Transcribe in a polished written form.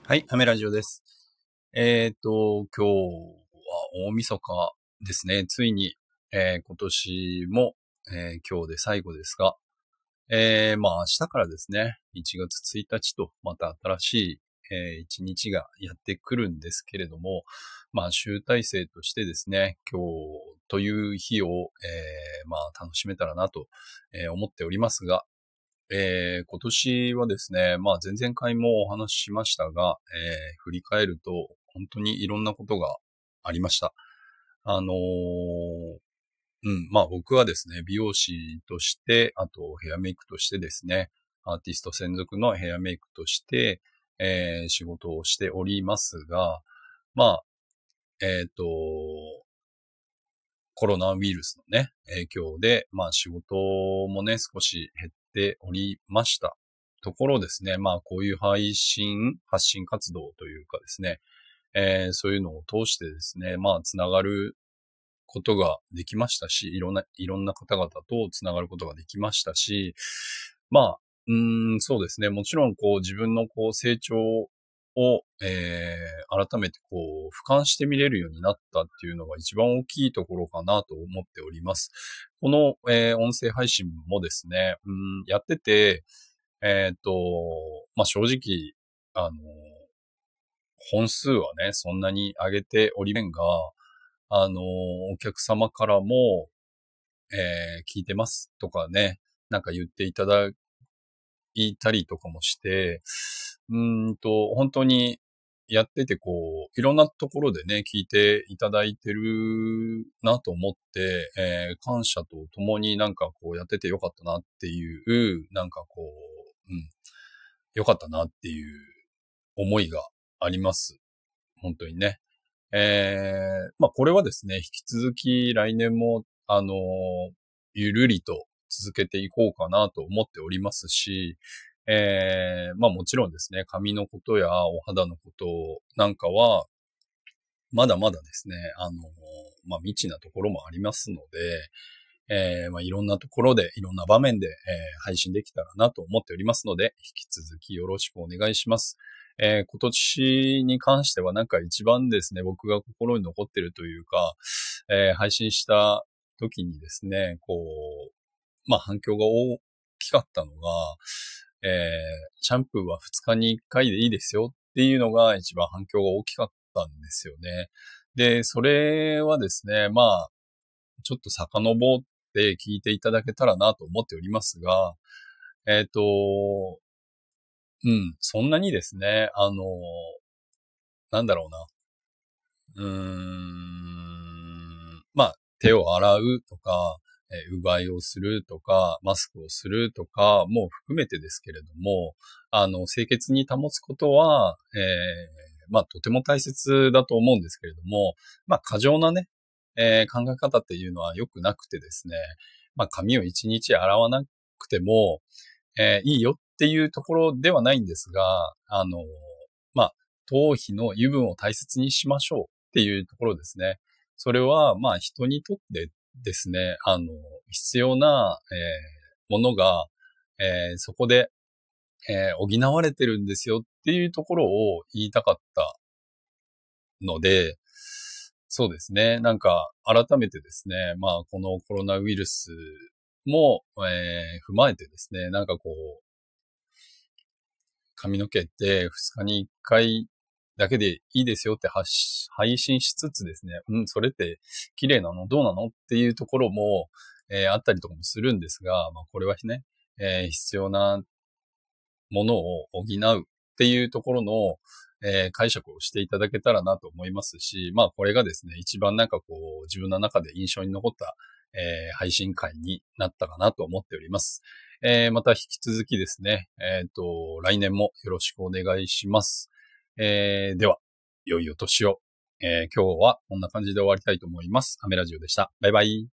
はい、アメラジオです。今日は大晦日ですね。ついに、今年も、今日で最後ですが、明日からですね、1月1日と、また新しい、1日がやってくるんですけれども、集大成としてですね、今日という日を、楽しめたらなと、思っておりますが、今年はですね、前々回もお話ししましたが、振り返ると本当にいろんなことがありました。あのー僕はですね、美容師として、あとヘアメイクとしてですね、アーティスト専属のヘアメイクとして、仕事をしておりますが、まあ、えっと、コロナウイルスのね、影響で、仕事もね、少し減っておりました。ところですね、こういう発信活動というかですね、そういうのを通してですね、つながることができましたし、いろんな方々とつながることができましたし、まあ、そうですね。もちろん、自分の成長を、改めて俯瞰して見れるようになったっていうのが一番大きいところかなと思っております。この、音声配信もですね、やってて、正直、あの、本数はね、そんなに上げておりませんが、お客様からも、聞いてますとかね、なんか言っていただいたりとかもして、本当にやってていろんなところでね、聞いていただいてるなと思って、感謝とともになんかやっててよかったなっていう、よかったなっていう思いがあります。本当にね。これはですね、引き続き来年も、ゆるりと続けていこうかなと思っておりますし、もちろんですね、髪のことやお肌のことなんかは、まだまだですね、未知なところもありますので、いろんなところで、いろんな場面で、配信できたらなと思っておりますので、引き続きよろしくお願いします。今年に関してはなんか一番ですね、僕が心に残ってるというか、配信した時にですね、反響が大きかったのが、シャンプーは2日に1回でいいですよっていうのが一番反響が大きかったんですよね。で、それはですね、ちょっと遡って聞いていただけたらなと思っておりますが、えっと、そんなにですね、なんだろうな。手を洗うとか、うがいをするとか、マスクをするとかも含めてですけれども、清潔に保つことは、とても大切だと思うんですけれども、過剰なね、考え方っていうのは良くなくてですね、髪を一日洗わなくても、いいよっていうところではないんですが、まあ、頭皮の油分を大切にしましょうっていうところですね。それは、人にとってですね、必要な、ものが、そこで、補われてるんですよっていうところを言いたかったので、そうですね。なんか、改めてですね、このコロナウイルスも、踏まえてですね、なんか髪の毛って2日に1回だけでいいですよって配信しつつですね、それって綺麗なのどうなのっていうところも、あったりとかもするんですが、これはね、必要なものを補うっていうところの、解釈をしていただけたらなと思いますし、これがですね、一番なんか自分の中で印象に残った、配信会になったかなと思っております。また引き続きですね、来年もよろしくお願いします。では、良いお年を。今日はこんな感じで終わりたいと思います。アメラジオでした。バイバイ。